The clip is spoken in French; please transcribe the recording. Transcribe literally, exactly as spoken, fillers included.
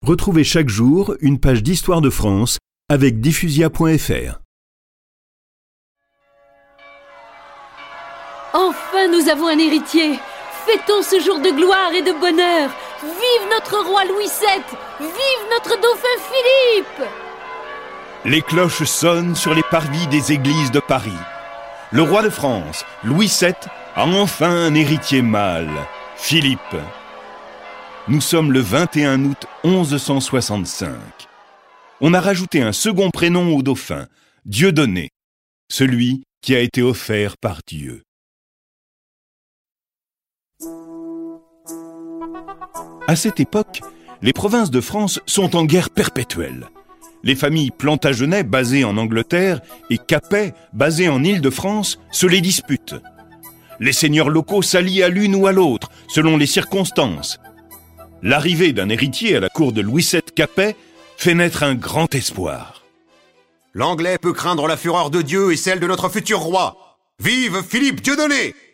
Retrouvez chaque jour une page d'histoire de France avec diffusia point f r. Enfin, nous avons un héritier. Fêtons ce jour de gloire et de bonheur. Vive notre roi Louis sept. Vive notre dauphin Philippe. Les cloches sonnent sur les parvis des églises de Paris. Le roi de France, Louis sept, a enfin un héritier mâle, Philippe. Nous sommes le vingt et un août onze cent soixante-cinq. On a rajouté un second prénom au dauphin, Dieudonné, celui qui a été offert par Dieu. À cette époque, les provinces de France sont en guerre perpétuelle. Les familles Plantagenet, basées en Angleterre, et Capet, basées en Île-de-France, se les disputent. Les seigneurs locaux s'allient à l'une ou à l'autre, selon les circonstances. L'arrivée d'un héritier à la cour de Louis sept Capet fait naître un grand espoir. L'Anglais peut craindre la fureur de Dieu et celle de notre futur roi. Vive Philippe Dieudonné!